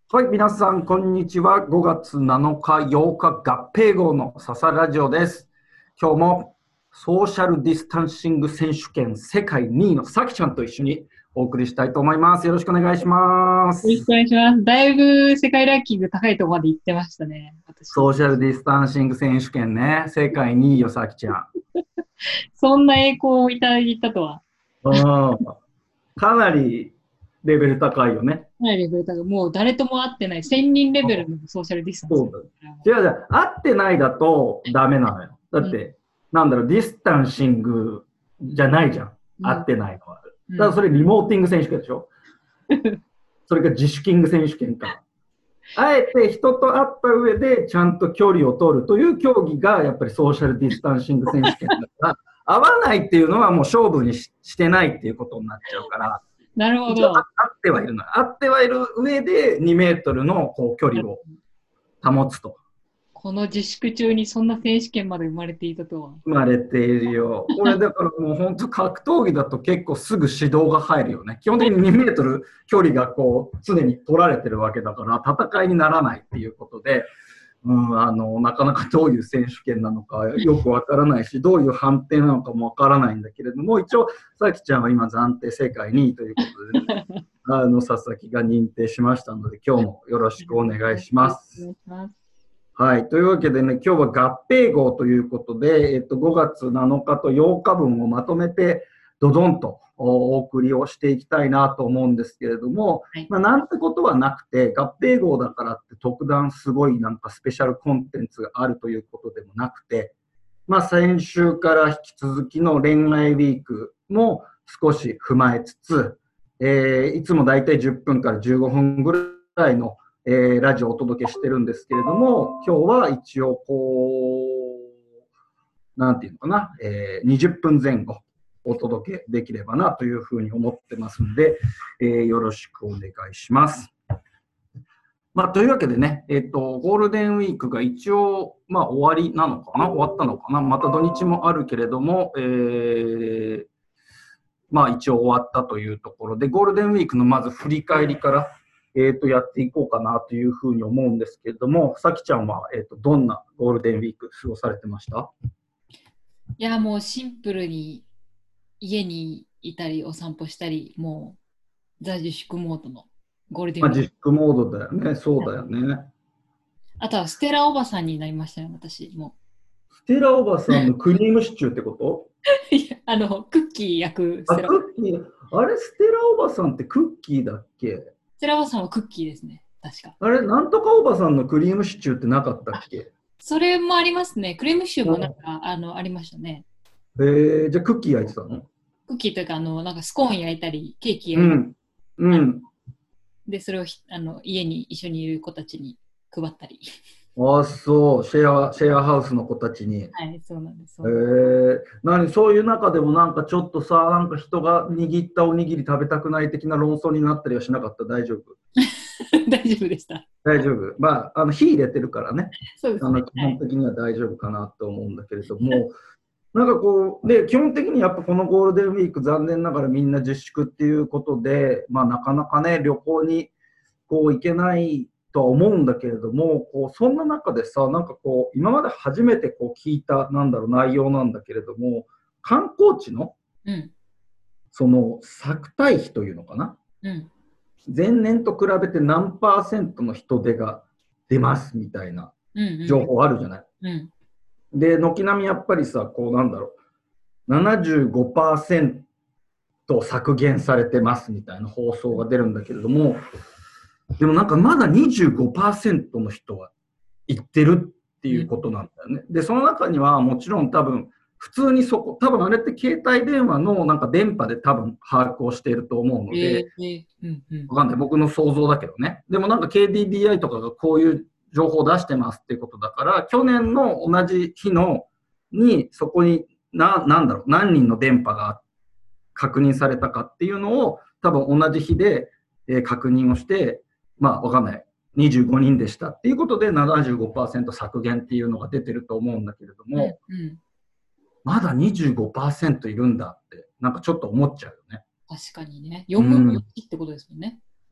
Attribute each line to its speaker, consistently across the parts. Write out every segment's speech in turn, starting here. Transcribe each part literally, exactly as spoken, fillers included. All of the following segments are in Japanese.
Speaker 1: はい、皆さん、こんにちは。ごがつなのか、ようか合併号の笹ラジオです。今日もソーシャルディスタンシング選手権世界にいのさきちゃんと一緒にお送りしたいと思います。よろしくお願いしま
Speaker 2: よろしくお
Speaker 1: す。
Speaker 2: 願いします。だいぶ世界ランキング高いところまで行ってましたね、私。
Speaker 1: ソーシャルディスタンシング選手権ね、世界にいよ、さきちゃん。
Speaker 2: そんな栄光をいただいたとは。
Speaker 1: うん、かなりレベル高いよね。
Speaker 2: かなりレベル高い。もう誰とも会ってない。せんにんレベルのソーシャルディスタンス。
Speaker 1: そうだ。違う違う、合ってないだとダメなのよ。だ
Speaker 2: うん。
Speaker 1: って、なんだろう、ディスタンシングじゃないじゃん。
Speaker 2: うん。
Speaker 1: 合ってないのは。
Speaker 2: うん。
Speaker 1: だからそれリモーティング選手権でしょ。それか自主キング選手権か。あえて人と会った上でちゃんと距離を取るという競技がやっぱりソーシャルディスタンシング選手権だから、合わないっていうのはもう勝負に し, してないっていうことになっちゃうから、
Speaker 2: なるほ
Speaker 1: 一応合
Speaker 2: ど。
Speaker 1: ってはいるの。合ってはいる上でにメートルのこう距離を保つと。
Speaker 2: この自粛中にそんな選手権まで生まれていたとは。
Speaker 1: 生まれているよ。これだからもう本当格闘技だと結構すぐ指導が入るよね。基本的ににメートル距離がこう常に取られてるわけだから戦いにならないっていうことで、うん、あのなかなかどういう選手権なのかよくわからないし、どういう判定なのかもわからないんだけれども、一応さきちゃんは今暫定世界にいということで、ね、あの佐々木が認定しましたので今日もよろしくお願いしま
Speaker 2: お願
Speaker 1: す。
Speaker 2: いします。
Speaker 1: はい。というわけでね、今日は合併号ということで、えっと、ごがつなのかとようかぶんをまとめて、ドドンとお送りをしていきたいなと思うんですけれども、
Speaker 2: はい。
Speaker 1: まあ、なんてことはなくて、合併号だからって特段すごいなんかスペシャルコンテンツがあるということでもなくて、まあ、先週から引き続きの恋愛ウィークも少し踏まえつつ、えーいつもだいたいじゅっぷんからじゅうごふんぐらいのえー、ラジオをお届けしてるんですけれども、今日は一応こう、なんていうのかな、えー、にじゅっぷんぜん後お届けできればなというふうに思ってますので、えー、よろしくお願いします。まあ、というわけでね、えっと、ゴールデンウィークが一応、まあ、終わりなのかな、終わったのかな、また土日もあるけれども、えー、まあ、一応終わったというところで、ゴールデンウィークのまず振り返りから、えー、とやっていこうかなというふうに思うんですけれども、さきちゃんは、えー、とどんなゴールデンウィーク過ごされてました？
Speaker 2: いや、もうシンプルに家にいたりお散歩したり、もうザ自粛モードのゴールデンウ
Speaker 1: まあ、
Speaker 2: ィーク。
Speaker 1: 自粛モードだよね。そうだよね。
Speaker 2: あとはステラおばさんになりましたね、私。も
Speaker 1: ステラおばさんのクリームシチューってこと？
Speaker 2: う。いやあの、クッキー焼くス
Speaker 1: あ、
Speaker 2: テラ。
Speaker 1: クッキー。あれ、ステラおばさんってクッキーだっけ？
Speaker 2: ステラおばさんはクッキーですね、確か。
Speaker 1: あれ、なんとかおばさんのクリームシチューってなかったっけ？
Speaker 2: それもありますね。クリームシチューもなん
Speaker 1: う
Speaker 2: か、あの、ありましたね。
Speaker 1: ん。えー、じゃあクッキー焼いてたの？
Speaker 2: クッキーというか、あの、なんかスコーン焼いたり、ケーキ焼いたり、
Speaker 1: うん。う
Speaker 2: あの
Speaker 1: ん。
Speaker 2: で、それをひあの家に一緒にいる子たちに配ったり。
Speaker 1: あ、そう。シェア、シェアハウスの子たちに。
Speaker 2: はい、そうなんです。そ
Speaker 1: え
Speaker 2: うなんです。
Speaker 1: ー、何そういう中でもなんかちょっとさ、なんか人が握ったおにぎり食べたくない的な論争になったりはしなかった？大丈夫？
Speaker 2: 大丈夫でした。
Speaker 1: 大丈夫。まあ、あの火入れてるからね。
Speaker 2: そうですね。
Speaker 1: あの基
Speaker 2: はい。
Speaker 1: 本的には大丈夫かなと思うんだけれども、なんかこう、で、基本的にやっぱこのゴールデンウィーク、残念ながらみんな自粛っていうことで、まあなかなかね、旅行にこう行けないとは思うんだけれども、こうそんな中でさ、なんかこう、今まで初めてこう聞いた、なんだろう、内容なんだけれども、観光地の
Speaker 2: うん。
Speaker 1: その作対比というのかな、
Speaker 2: うん。
Speaker 1: 前年と比べて何パーセントの人出が出ますみたいな
Speaker 2: うん。
Speaker 1: 情
Speaker 2: うん。
Speaker 1: 報あるじゃない。
Speaker 2: うん。
Speaker 1: で、軒並みやっぱりさ、こうなんだろう、ななじゅうごパーセント削減されてますみたいな放送が出るんだけれども、でもなんかまだにじゅうごパーセントの人は行ってるって
Speaker 2: うん。
Speaker 1: いうことなんだよね。で、その中にはもちろん多分、普通にそこ、多分あれって携帯電話のなんか電波で多分把握をしていると思うので、
Speaker 2: えー、えー、うん。うん。
Speaker 1: わかんない。僕の想像だけどね。でもなんか ケーディーディーアイ とかがこういう情報を出してますっていうことだから、去年の同じ日のに、そこにな、なんだろう、何人の電波が確認されたかっていうのを、多分同じ日で、えー確認をして、まあわかんない。にじゅうごにんでしたっていうことでななじゅうごパーセント削減っていうのが出てると思うんだけれど
Speaker 2: うん。
Speaker 1: も、
Speaker 2: うん。
Speaker 1: まだにじゅうごパーセントいるんだって、なんかちょっと思っちゃうよね。
Speaker 2: 確かにね。
Speaker 1: う
Speaker 2: よんぶんの
Speaker 1: ん。
Speaker 2: いちってことですもんね。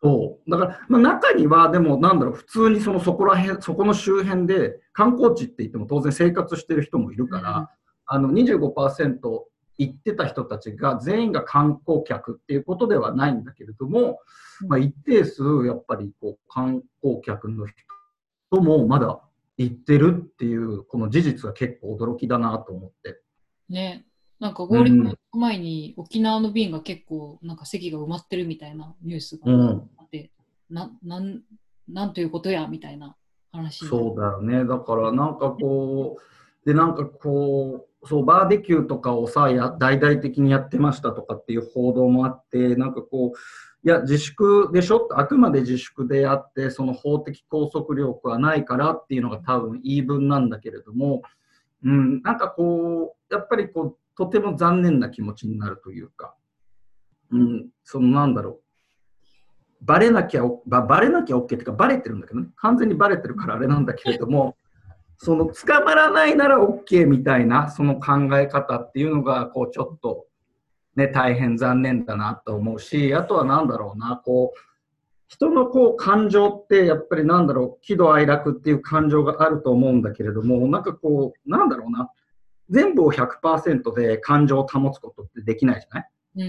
Speaker 1: そう。だから、まあ、中には、でも、なんだろう、普通にそのそこら辺、そこの周辺で、観光地って言っても当然生活してる人もいるか
Speaker 2: うん。
Speaker 1: ら、あのにじゅうごパーセント行ってた人たちが全員が観光客っていうことではないんだけれども、まあ、一定数、やっぱりこう観光客の人もまだ行ってるっていう、この事実が結構驚きだなと思って。
Speaker 2: ね。なんか
Speaker 1: う
Speaker 2: ゴールデンウィー
Speaker 1: ん、
Speaker 2: ク前に沖縄の便が結構なんか席が埋まってるみたいなニュースが
Speaker 1: うん。
Speaker 2: あって、な、なん、なんということやみたいな話になる。
Speaker 1: そうだよね。だからなんかこう、でなんかこう、そう、バーベキューとかをさ、や、大々的にやってましたとかっていう報道もあって、なんかこう、いや、自粛でしょ、あくまで自粛であって、その法的拘束力はないからっていうのが多分言い分なんだけれども、うん、なんかこう、やっぱりこう、とても残念な気持ちになるというか、うん、そのなんだろう、バレなきゃ、ばバレなきゃ OK っていうか、バレてるんだけどね、完全にバレてるからあれなんだけれども、その捕まらないなら OK みたいなその考え方っていうのがこうちょっと、ね、大変残念だなと思うし、あとは何だろうな、こう人のこう感情ってやっぱりなんだろう、喜怒哀楽っていう感情があると思うんだけれども、なんかこうなんだろうな、全部をひゃくパーセントで感情を保つことってできないじゃない。
Speaker 2: うんうん。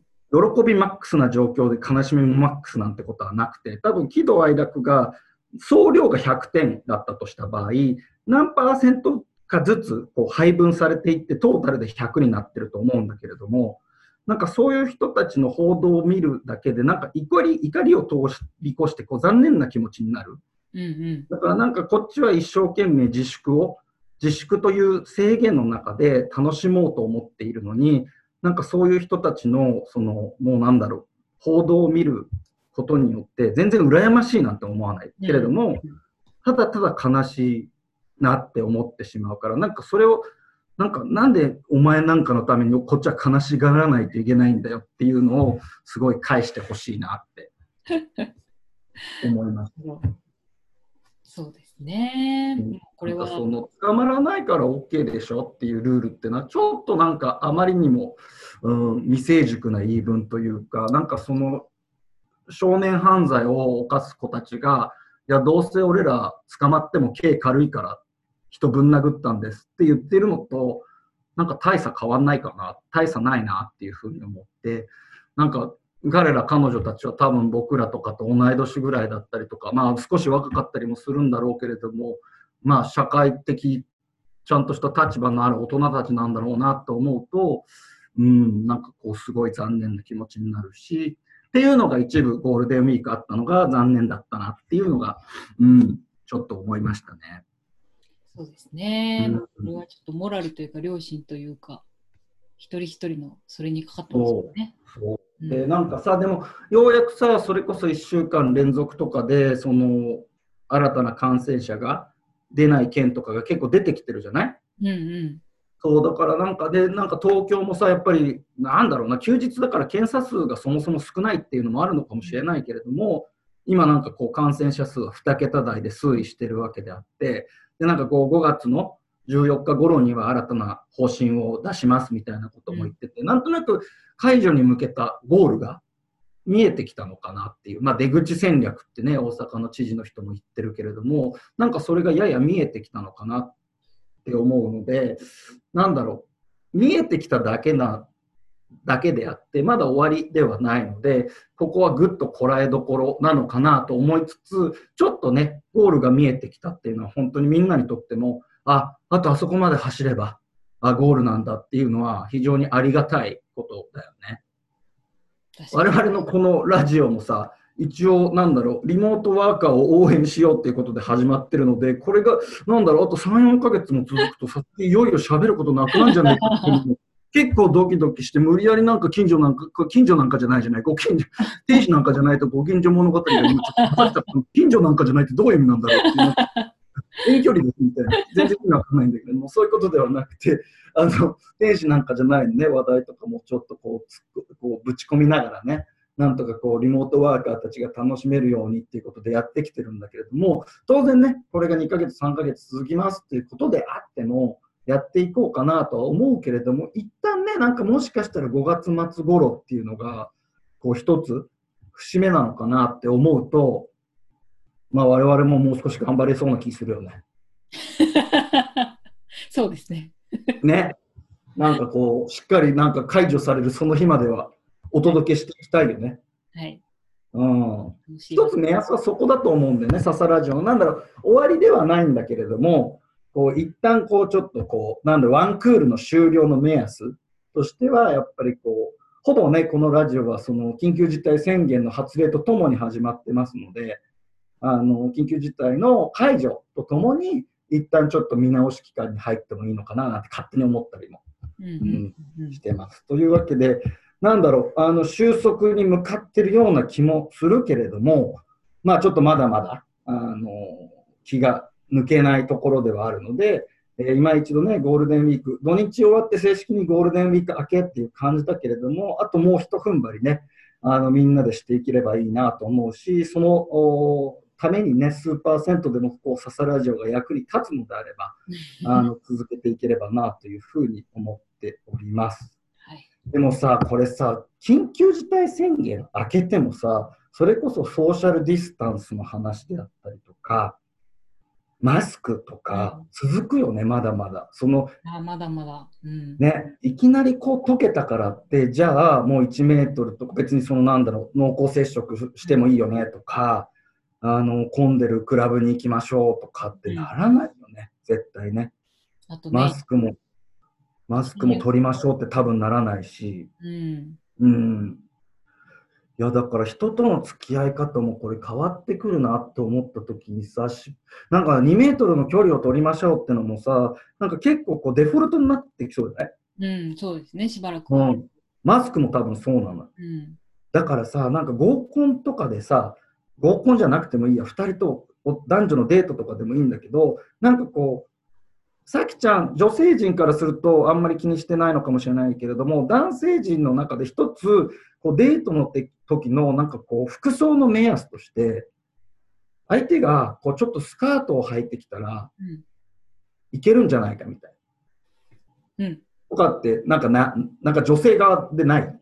Speaker 1: 喜びマックスな状況で悲しみもマックスなんてことはなくて、多分喜怒哀楽が総量がひゃくてんだったとした場合、何パーセントかずつこう配分されていってトータルでひゃくになってると思うんだけれども、なんかそういう人たちの報道を見るだけでなんか怒り怒りを通り越してこう残念な気持ちになる。
Speaker 2: うんうん。
Speaker 1: だからなんかこっちは一生懸命自粛を自粛という制限の中で楽しもうと思っているのに、なんかそういう人たちのそのもうなんだろう、報道を見ることによって全然羨ましいなんて思わないけれども、ただただ悲しいなって思ってしまうから、なんかそれをなんかなんでお前なんかのためにこっちは悲しがらないといけないんだよっていうのをすごい返してほしいなって思います。
Speaker 2: そうですね。もうこ
Speaker 1: なんか
Speaker 2: れは、
Speaker 1: その捕まらないから OK でしょっていうルールってのはちょっとなんかあまりにも、うん、未成熟な言い分というか、なんかその少年犯罪を犯す子たちが、いやどうせ俺ら捕まっても刑軽いから人ぶん殴ったんですって言ってるのと、なんか大差変わんないかな、大差ないなっていうふうに思って、なんか彼ら彼女たちは多分僕らとかと同い年ぐらいだったりとか、まあ少し若かったりもするんだろうけれども、まあ社会的ちゃんとした立場のある大人たちなんだろうなと思うと、うん、なんかこうすごい残念な気持ちになるし、っていうのが一部ゴールデンウィークあったのが残念だったなっていうのが、うん、ちょっと思いましたね。
Speaker 2: そうですね。
Speaker 1: うん、
Speaker 2: これはちょっとモラルというか、良心というか、一人一人のそれにかかってますよ
Speaker 1: そう
Speaker 2: ね。
Speaker 1: そうで、
Speaker 2: うん。
Speaker 1: なんかさ、でも、ようやくさ、それこそいっしゅうかん連続とかで、その、新たな感染者が出ない県とかが結構出てきてるじゃない。
Speaker 2: うんうん。
Speaker 1: そう、だからなんかで、なんか東京もさ、やっぱり、なんだろうな、休日だから検査数がそもそも少ないっていうのもあるのかもしれないけれども、今なんかこう感染者数はに桁台で推移してるわけであって、で、なんかこうごがつのじゅうよっか頃には新たな方針を出しますみたいなことも言ってて、なんとなく解除に向けたゴールが見えてきたのかなっていう、まあ、出口戦略ってね、大阪の知事の人も言ってるけれども、なんかそれがやや見えてきたのかなって思うので、なんだろう、見えてきただけなだけであって、まだ終わりではないので、ここはぐっとこらえどころなのかなと思いつつ、ちょっとね、ゴールが見えてきたっていうのは、本当にみんなにとっても、あ、あとあそこまで走れば、あ、ゴールなんだっていうのは、非常にありがたいことだよね。我
Speaker 2: 確かに。
Speaker 1: 々のこのラジオもさ、一応なんだろう、リモートワーカーを応援しようっていうことで始まってるので、これがなんだろう、あとさん、よんかげつも続くと、さっきいよいよ喋ることなくなんじゃないかっていうのも結構ドキドキして、無理やりなんか近所なんか、近所なんかじゃないじゃない、ご近所、天使なんかじゃないとご近所物語が今ちょっと混ざっちゃった。近所なんかじゃないってどういう意味なんだろうっていう、遠距離ですみたいな、全然意味わかんないんだけども、そういうことではなくて、あの天使なんかじゃないね、話題とかもちょっとこう、こうぶち込みながらね、なんとかこうリモートワーカーたちが楽しめるようにっていうことでやってきてるんだけれども、当然ね、これがにかげつ、さんかげつ続きますっていうことであっても、やっていこうかなとは思うけれども、一旦ね、なんかもしかしたらごがつ末頃っていうのが、こう一つ節目なのかなって思うと、まあ我々ももう少し頑張れそうな気するよね。
Speaker 2: そうですね。
Speaker 1: ね。なんかこう、しっかりなんか解除されるその日まではお届けしていきたいよね。
Speaker 2: はい。
Speaker 1: うん。一つ目安はそこだと思うんだよね、ササラジオ。なんだろう、終わりではないんだけれども、こう一旦こうちょっとこう、なんだろう、ワンクールの終了の目安としては、やっぱりこう、ほぼね、このラジオはその緊急事態宣言の発令とともに始まってますので、あの緊急事態の解除とともに、一旦ちょっと見直し期間に入ってもいいのかななんて勝手に思ったりも、うんうん、してます。というわけで、なんだろう、あの収束に向かっているような気もするけれども、まあちょっとまだまだあの気が抜けないところではあるので、えー、今一度ね、ゴールデンウィーク、土日終わって正式にゴールデンウィーク明けっていう感じだけれども、あともう一踏ん張りね、あのみんなでしていければいいなと思うし、そのためにね、数パーセントでもこうササラジオが役に立つのであれば、あの続けていければなというふうに思っております。はい、でもさ、これさ、緊急事態宣言明けてもさ、それこそソーシャルディスタンスの話であったりとか、マスクとか続くよね、まだまだ。その
Speaker 2: あまだまだ、
Speaker 1: うんね、いきなりこう溶けたからって、じゃあもういちメートルとか、別にそのなんだろう、濃厚接触してもいいよねとか、あの混んでるクラブに行きましょうとかってならないよね、うん、絶対ね。あとね、マスクも、マスクも取りましょうって多分ならないし、うん。うん。いやだから人との付き合い方もこれ変わってくるなって思った時にさ、なんかにメートルの距離を取りましょうってのもさ、なんか結構こうデフォルトになってきそうだね。
Speaker 2: うん、そうですね、しばらくは。
Speaker 1: うん。マスクも多分そうなの。うん、だからさ、なんか合コンとかでさ、合コンじゃなくてもいいや、ふたりと男女のデートとかでもいいんだけど、なんかこう、さきちゃん、女性陣からするとあんまり気にしてないのかもしれないけれども、男性陣の中で一つこうデートの時のなんかこう服装の目安として、相手がこうちょっとスカートを履いてきたら、うん、いけるんじゃないかみたいな。うん、とかってなんかな、なんか女性側でない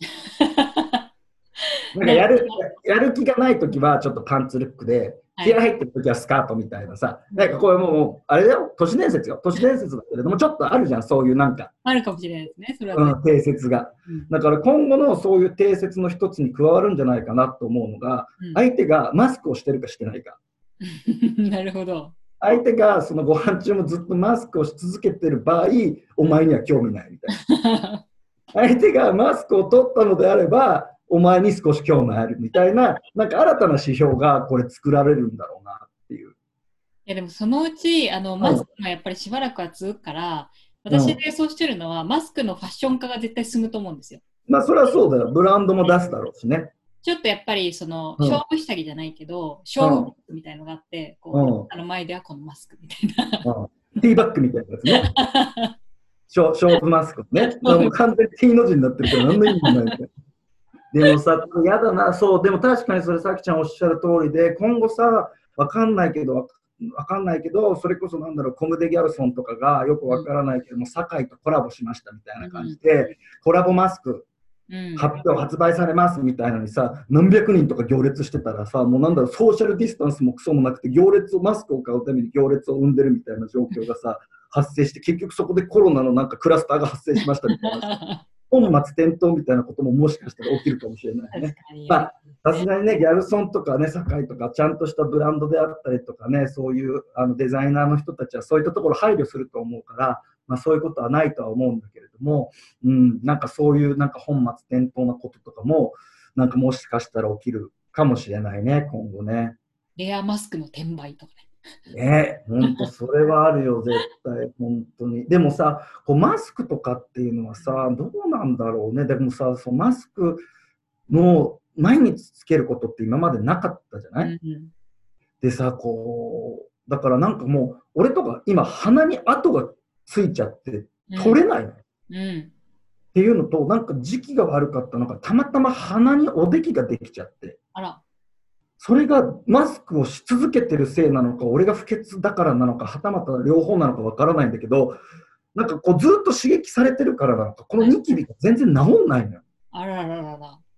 Speaker 1: なんかやる、やる気がないときはちょっとパンツルックで、気合入ってるときはスカートみたいなさ、なんかこれもう、あれだよ、都市伝説よ、都市伝説だけれども、ちょっとあるじゃん、そういうなんか。
Speaker 2: あるかもしれないですね、それ
Speaker 1: は、ね。うん、定説が。だから今後のそういう定説の一つに加わるんじゃないかなと思うのが、うん、相手がマスクをしてるかしてないか。
Speaker 2: なるほど。
Speaker 1: 相手がそのご飯中もずっとマスクをし続けてる場合、お前には興味ないみたいな。相手がマスクを取ったのであれば、お前に少し興味あるみたいな、なんか新たな指標がこれ作られるんだろうなっていう。い
Speaker 2: やでもそのうちあのマスクがやっぱりしばらくは続くから、うん、私が予想してるのは、マスクのファッション化が絶対進むと思うんですよ。
Speaker 1: まあそれはそうだよ。ブランドも出すだろうしね。
Speaker 2: ちょっとやっぱりその、うん、勝負下着じゃないけど、勝負みたいのがあって、こう、うん、あの前ではこのマスクみたいな。
Speaker 1: うん、ティーバッグみたいなやつね。勝負マスクね。もう完全に T の字になってるから何の意味もないみたいな。でもさ、やだな、そう、でも確かにそれさきちゃんおっしゃる通りで、今後さ、わかんないけど、わかんないけど、それこそなんだろう、コムデ・ギャルソンとかがよくわからないけども、堺とコラボしましたみたいな感じで、うん、コラボマスク、うん、発表、発売されますみたいなのにさ、何百人とか行列してたらさ、もうなんだろう、ソーシャルディスタンスもクソもなくて、行列を、マスクを買うために行列を生んでるみたいな状況がさ、発生して、結局そこでコロナのなんかクラスターが発生しましたみたいな。本末転倒みたいなことももしかしたら起きるかもしれないね。まあ、さすがにね、ギャルソンとかね、堺とか、ちゃんとしたブランドであったりとかね、そういうあのデザイナーの人たちはそういったところ配慮すると思うから、まあ、そういうことはないとは思うんだけれども、うん、なんかそういうなんか本末転倒なこととかも、なんかもしかしたら起きるかもしれないね、今後ね。
Speaker 2: レアマスクの転売とかね。
Speaker 1: ね、本当それはあるよ、絶対、本当に。でもさ、こうマスクとかっていうのはさ、どうなんだろうね。でもさ、そのマスクの毎日つけることって今までなかったじゃない、うんうん、でさ、こう、だからなんかもう、俺とか今鼻に跡がついちゃって取れないの、うんうん、っていうのと、なんか時期が悪かったのが、たまたま鼻におできができちゃって。あら。それがマスクをし続けてるせいなのか、俺が不潔だからなのか、はたまた両方なのかわからないんだけど、なんかこうずっと刺激されてるからなのか、このニキビが全然治んないのよ。
Speaker 2: あらららら。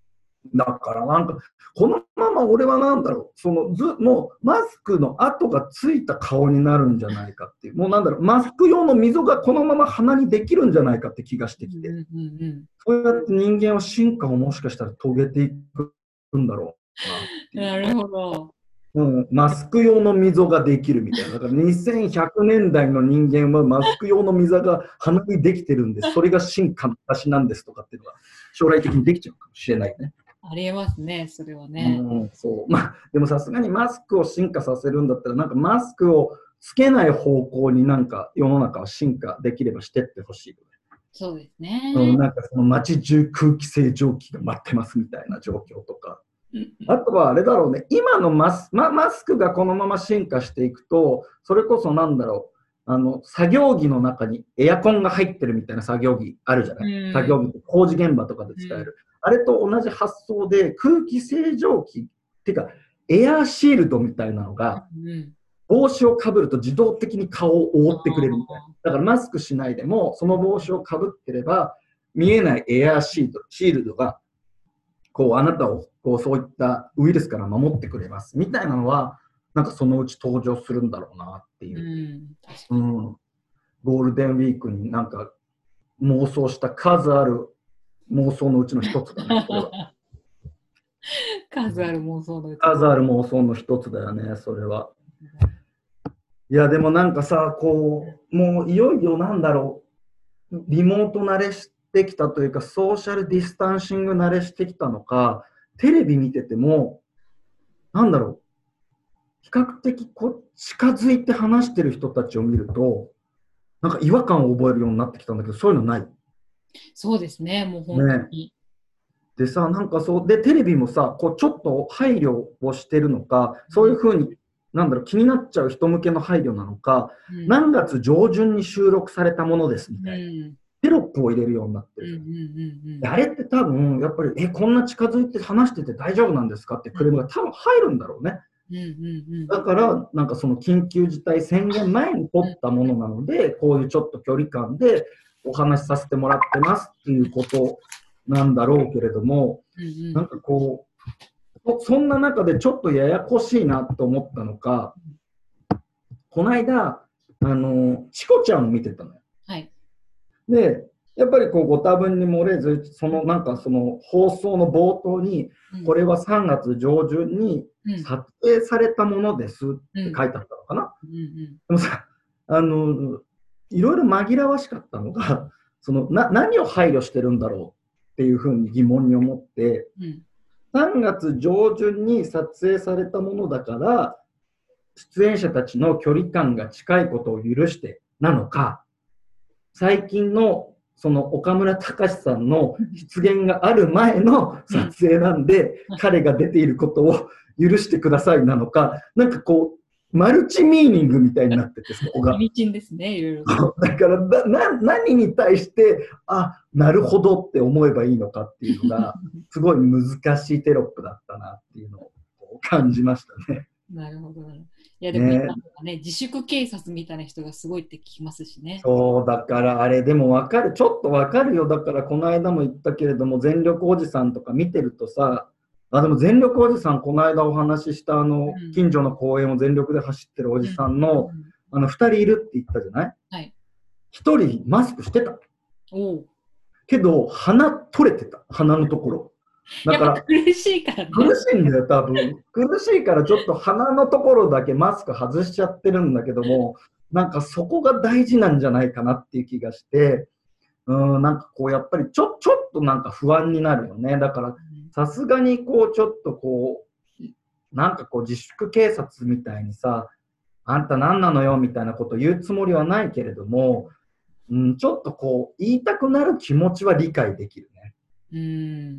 Speaker 1: だからなんか、このまま俺はなんだろう、そのずもうマスクの跡がついた顔になるんじゃないかっていう、もうなんだろう、マスク用の溝がこのまま鼻にできるんじゃないかって気がしてきて、
Speaker 2: うんうんうん
Speaker 1: そうやって人間は進化をもしかしたら遂げていくんだろうなって
Speaker 2: うん。
Speaker 1: いう。
Speaker 2: なるほど。
Speaker 1: うん、マスク用の溝ができるみたいな。だからにせんひゃくねんだいの人間はマスク用の溝が鼻にできてるんです。それが進化の証なんですとかっていうのが将来的にできちゃうかもしれないね。
Speaker 2: ありえますね、それはね。
Speaker 1: うん、そう。まあ、でもさすがにマスクを進化させるんだったら、なんかマスクをつけない方向になんか世の中は進化できればしてってほしいよね。
Speaker 2: そうです
Speaker 1: う
Speaker 2: ね。
Speaker 1: ん、なんかその街中空気清浄機が待ってますみたいな状況とか。
Speaker 2: うん
Speaker 1: あとはあれだろうね、今のマス、ま、マスクがこのまま進化していくと、それこそなんだろう、あの作業着の中にエアコンが入ってるみたいな作業着あるじゃない、
Speaker 2: うん
Speaker 1: 作業着って工事現場とかで使える。
Speaker 2: うん
Speaker 1: あれと同じ発想で空気清浄機っていうか、エアーシールドみたいなのが、
Speaker 2: うん
Speaker 1: 帽子をかぶると自動的に顔を覆ってくれるみたいな。だからマスクしないでも、その帽子をかぶってれば、見えないエアーシールド、シールドがこうあなたをこうそういったウイルスから守ってくれますみたいなのは、なんかそのうち登場するんだろうなっていう、
Speaker 2: うん確か
Speaker 1: う
Speaker 2: に
Speaker 1: ん、ゴールデンウィークになんか妄想した数ある妄想のうちの一つだね、これは。
Speaker 2: 数ある妄想のうち
Speaker 1: 数ある妄想の一つだよね、それは。いや、でもなんかさ、こう、もういよいよなんだろう、リモート慣れしてきたというか、ソーシャルディスタンシング慣れしてきたのか、テレビ見てても、なんだろう、比較的こう近づいて話してる人たちを見ると、なんか違和感を覚えるようになってきたんだけど、そういうのない。
Speaker 2: そうですね、もう本当
Speaker 1: ね。
Speaker 2: に。
Speaker 1: でさ、なんかそう、で、テレビもさ、こうちょっと配慮をしてるのか、そういうふうに、なんだろう、気になっちゃう人向けの配慮なのか、
Speaker 2: うん
Speaker 1: 何月上旬に収録されたものですみ
Speaker 2: うん
Speaker 1: たいな、
Speaker 2: うん
Speaker 1: テロップを入れるようになってるじゃん。
Speaker 2: うんうん
Speaker 1: であれって多分、やっぱり、え、こんな近づいて話してて大丈夫なんですかってクレームが多分入るんだろうね。
Speaker 2: うんうん
Speaker 1: だから、なんかその緊急事態宣言前に取ったものなので、こういうちょっと距離感でお話しさせてもらってますっていうことなんだろうけれども、
Speaker 2: うんうん
Speaker 1: なんかこう、そそんな中でちょっとややこしいなと思ったのか、この間、あの、チコちゃんを見てたのよ。
Speaker 2: はい。
Speaker 1: で、やっぱりこうご多分に漏れず、そのなんかその放送の冒頭に、これはさんがつ上旬に
Speaker 2: うん
Speaker 1: 撮影されたものですって書いてあったのかな。
Speaker 2: うんうん
Speaker 1: でもさ、あの、いろいろ紛らわしかったのが、そのな何を配慮してるんだろうっていうふうに疑問に思って、
Speaker 2: うん
Speaker 1: さんがつ上旬に撮影されたものだから、出演者たちの距離感が近いことを許してなのか、最近のその岡村隆史さんの出現がある前の撮影なんで、彼が出ていることを許してくださいなのか、なんかこう、マルチミーニングみたいになってて、そこが。
Speaker 2: 意味深ですね、いろいろ。
Speaker 1: だからなな、何に対して、あ、なるほどって思えばいいのかっていうのが、すごい難しいテロップだったなっていうのを感じましたね。
Speaker 2: なるほど。いや、でも今
Speaker 1: ね
Speaker 2: とかね、自粛警察みたいな人がすごいって聞きますしね。
Speaker 1: そうだからあれでも分かる、ちょっと分かるよ。だからこの間も言ったけれども、全力おじさんとか見てるとさ、あでも全力おじさん、この間お話ししたあの
Speaker 2: うん
Speaker 1: 近所の公園を全力で走ってるおじさんの、
Speaker 2: うん
Speaker 1: あのふたりいるって言ったじゃない、
Speaker 2: はい。
Speaker 1: ひとりマスクしてた
Speaker 2: おお。
Speaker 1: けど鼻取れてた、鼻のところだ
Speaker 2: やっぱ
Speaker 1: から
Speaker 2: 苦しいからね。
Speaker 1: 苦しいんだよ多分苦しいからちょっと鼻のところだけマスク外しちゃってるんだけども、なんかそこが大事なんじゃないかなっていう気がして、うんなんかこうやっぱりちょちょっとなんか不安になるよね。だからさすがにこうちょっとこうなんかこう自粛警察みたいにさ、あんた何なのよみたいなことを言うつもりはないけれども、うん、ちょっとこう言いたくなる気持ちは理解できるね。
Speaker 2: うん。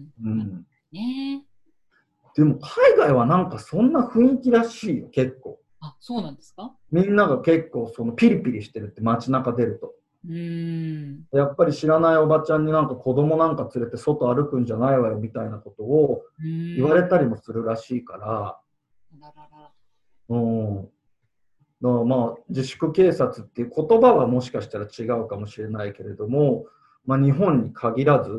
Speaker 1: うん
Speaker 2: ね
Speaker 1: でも海外はなんかそんな雰囲気らしいよ、結構。
Speaker 2: あ、そうなんですか？
Speaker 1: みんなが結構そのピリピリしてるって街中出ると。
Speaker 2: うーん。
Speaker 1: やっぱり知らないおばちゃんになんか子供なんか連れて外歩くんじゃないわよみたいなことを言われたりもするらしいから、
Speaker 2: ららら
Speaker 1: うん。だからまあ自粛警察っていう言葉はもしかしたら違うかもしれないけれども、まあ、日本に限らず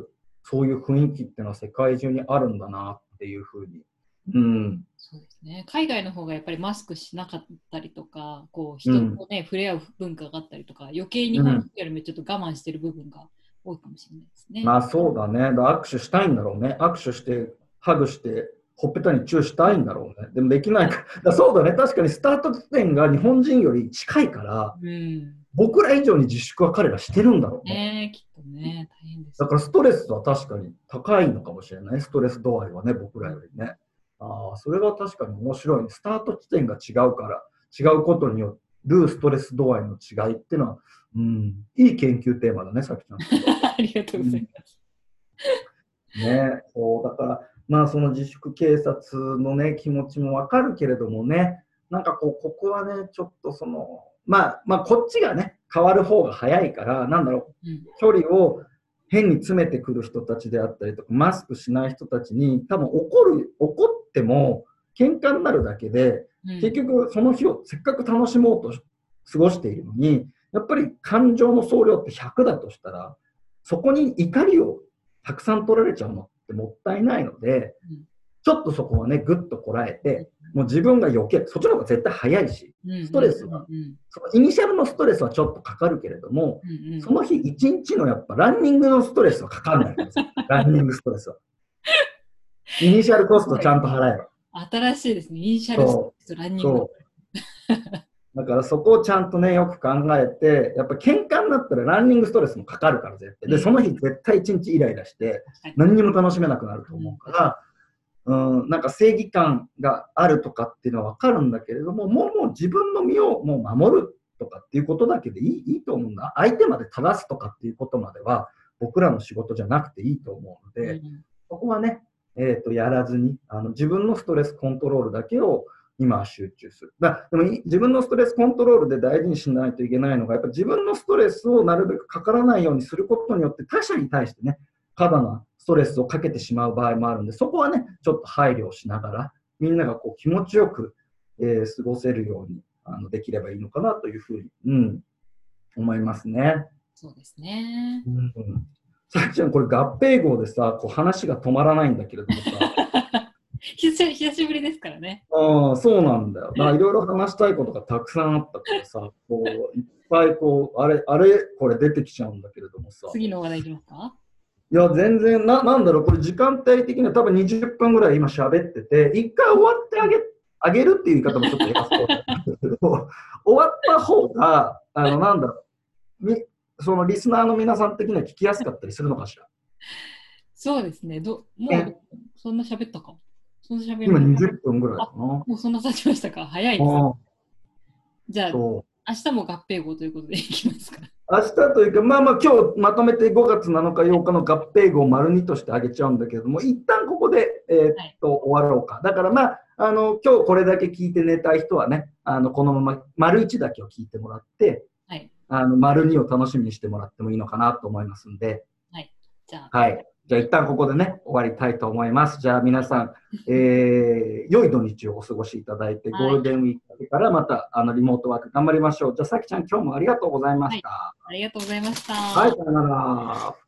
Speaker 1: そういう雰囲気っていうのは世界中にあるんだなっていうふうに。うん。
Speaker 2: そうですね。海外の方がやっぱりマスクしなかったりとか、こう人
Speaker 1: うん。
Speaker 2: とね、触れ合う文化があったりとか、余計日
Speaker 1: うん。
Speaker 2: 本よりもちょっと我慢してる部分が多いかもしれないですね。
Speaker 1: まあそうだね。だ握手したいんだろうね。握手して、ハグして、ほっぺたにチューしたいんだろうね。でもできないから。だそうだね。確かにスタート地点が日本人より近いから、
Speaker 2: うん。
Speaker 1: 僕ら以上に自粛は彼らしてるんだろうね。
Speaker 2: ねえ、きっとね、大変です
Speaker 1: だからストレスは確かに高いのかもしれない。ストレス度合いはね、僕らよりね。ああ、それは確かに面白いね。スタート地点が違うから、違うことによるストレス度合いの違いっていうのは、うん、いい研究テーマだね、さきちゃん。
Speaker 2: ありがとうございます。
Speaker 1: うん、ね、そうだから、まあその自粛警察のね、気持ちもわかるけれどもね、なんかこう、ここはね、ちょっとその、まあ、まあ、こっちがね、変わる方が早いから、なんだろう、
Speaker 2: うん、
Speaker 1: 距離を変に詰めてくる人たちであったりとか、マスクしない人たちに、多分怒る、怒っても、喧嘩になるだけで、
Speaker 2: うん、
Speaker 1: 結局その日をせっかく楽しもうと過ごしているのに、やっぱり感情の総量ってひゃくだとしたら、そこに怒りをたくさん取られちゃうのってもったいないので、
Speaker 2: うん、
Speaker 1: ちょっとそこはね、ぐっとこらえて、もう自分が余計、そっちの方が絶対早いし、ストレスは、そのイニシャルのストレスはちょっとかかるけれども、
Speaker 2: うんうん、
Speaker 1: その日一日のやっぱランニングのストレスはかかんないんですよ。ランニングストレスは。イニシャルコストちゃんと払えば。
Speaker 2: 新しいですね。イニシャルストレスとランニング。
Speaker 1: だからそこをちゃんとね、よく考えて、やっぱ喧嘩になったらランニングストレスもかかるから絶対。で、その日絶対一日イライラして、何にも楽しめなくなると思うから、うん、なんか正義感があるとかっていうのは分かるんだけれども、もうもう自分の身をもう守るとかっていうことだけでいい、いいと思うんだ。相手まで正すとかっていうことまでは、僕らの仕事じゃなくていいと思うので、うん、そこはね、えーと、やらずにあの、自分のストレスコントロールだけを今は集中する。だでも自分のストレスコントロールで大事にしないといけないのが、やっぱ自分のストレスをなるべくかからないようにすることによって、他者に対してね、過度なストレスをかけてしまう場合もあるんで、そこはね、ちょっと配慮をしながら、みんながこう気持ちよく、えー、過ごせるようにあのできればいいのかなというふうに、うん、思いますね。
Speaker 2: そうですね。
Speaker 1: うん、さきちゃん、これ合併号でさ、こう話が止まらないんだけれどもさ。
Speaker 2: 久しぶりですからね。
Speaker 1: ああ、そうなんだよ。いろいろ話したいことがたくさんあったからさ、こういっぱいこう、あれ、あれ、これ出てきちゃうんだけれどもさ。
Speaker 2: 次の話題いきますか？
Speaker 1: いや、全然な、なんだろう、これ時間帯的には多分にじゅっぷんぐらい今喋ってて、一回終わってあげ、あげるっていう言い方もちょっと偉そうなんだけど、終わった方が、あの、なんだろう、みそのリスナーの皆さん的には聞きやすかったりするのかしら。
Speaker 2: そうですね。どもう、そんな喋ったか。そんな喋
Speaker 1: 今にじゅっぷんぐらいかな。
Speaker 2: もうそんな経ちましたか。早いです。じゃあ、明日も合併号ということでいきますか。
Speaker 1: 明日というか、まあまあ今日まとめてごがつなのかようかの合併号丸にとしてあげちゃうんだけれども、一旦ここで、えー、っと、はい、終わろうか。だからまあ、あの、今日これだけ聞いて寝たい人はね、あの、このまま丸いちだけを聞いてもらって、はい、あの、丸にを楽しみにしてもらってもいいのかなと思いますんで、
Speaker 2: はい。じゃあ、
Speaker 1: はい。じゃあ一旦ここでね、終わりたいと思います。じゃあ皆さん、えー、良い土日をお過ごしいただいて、ゴールデンウィークからまたあのリモートワーク頑張りましょう。じゃあ、さきちゃん、今日もありがとうございました。
Speaker 2: はい、ありがとうございました。
Speaker 1: はい、さよなら。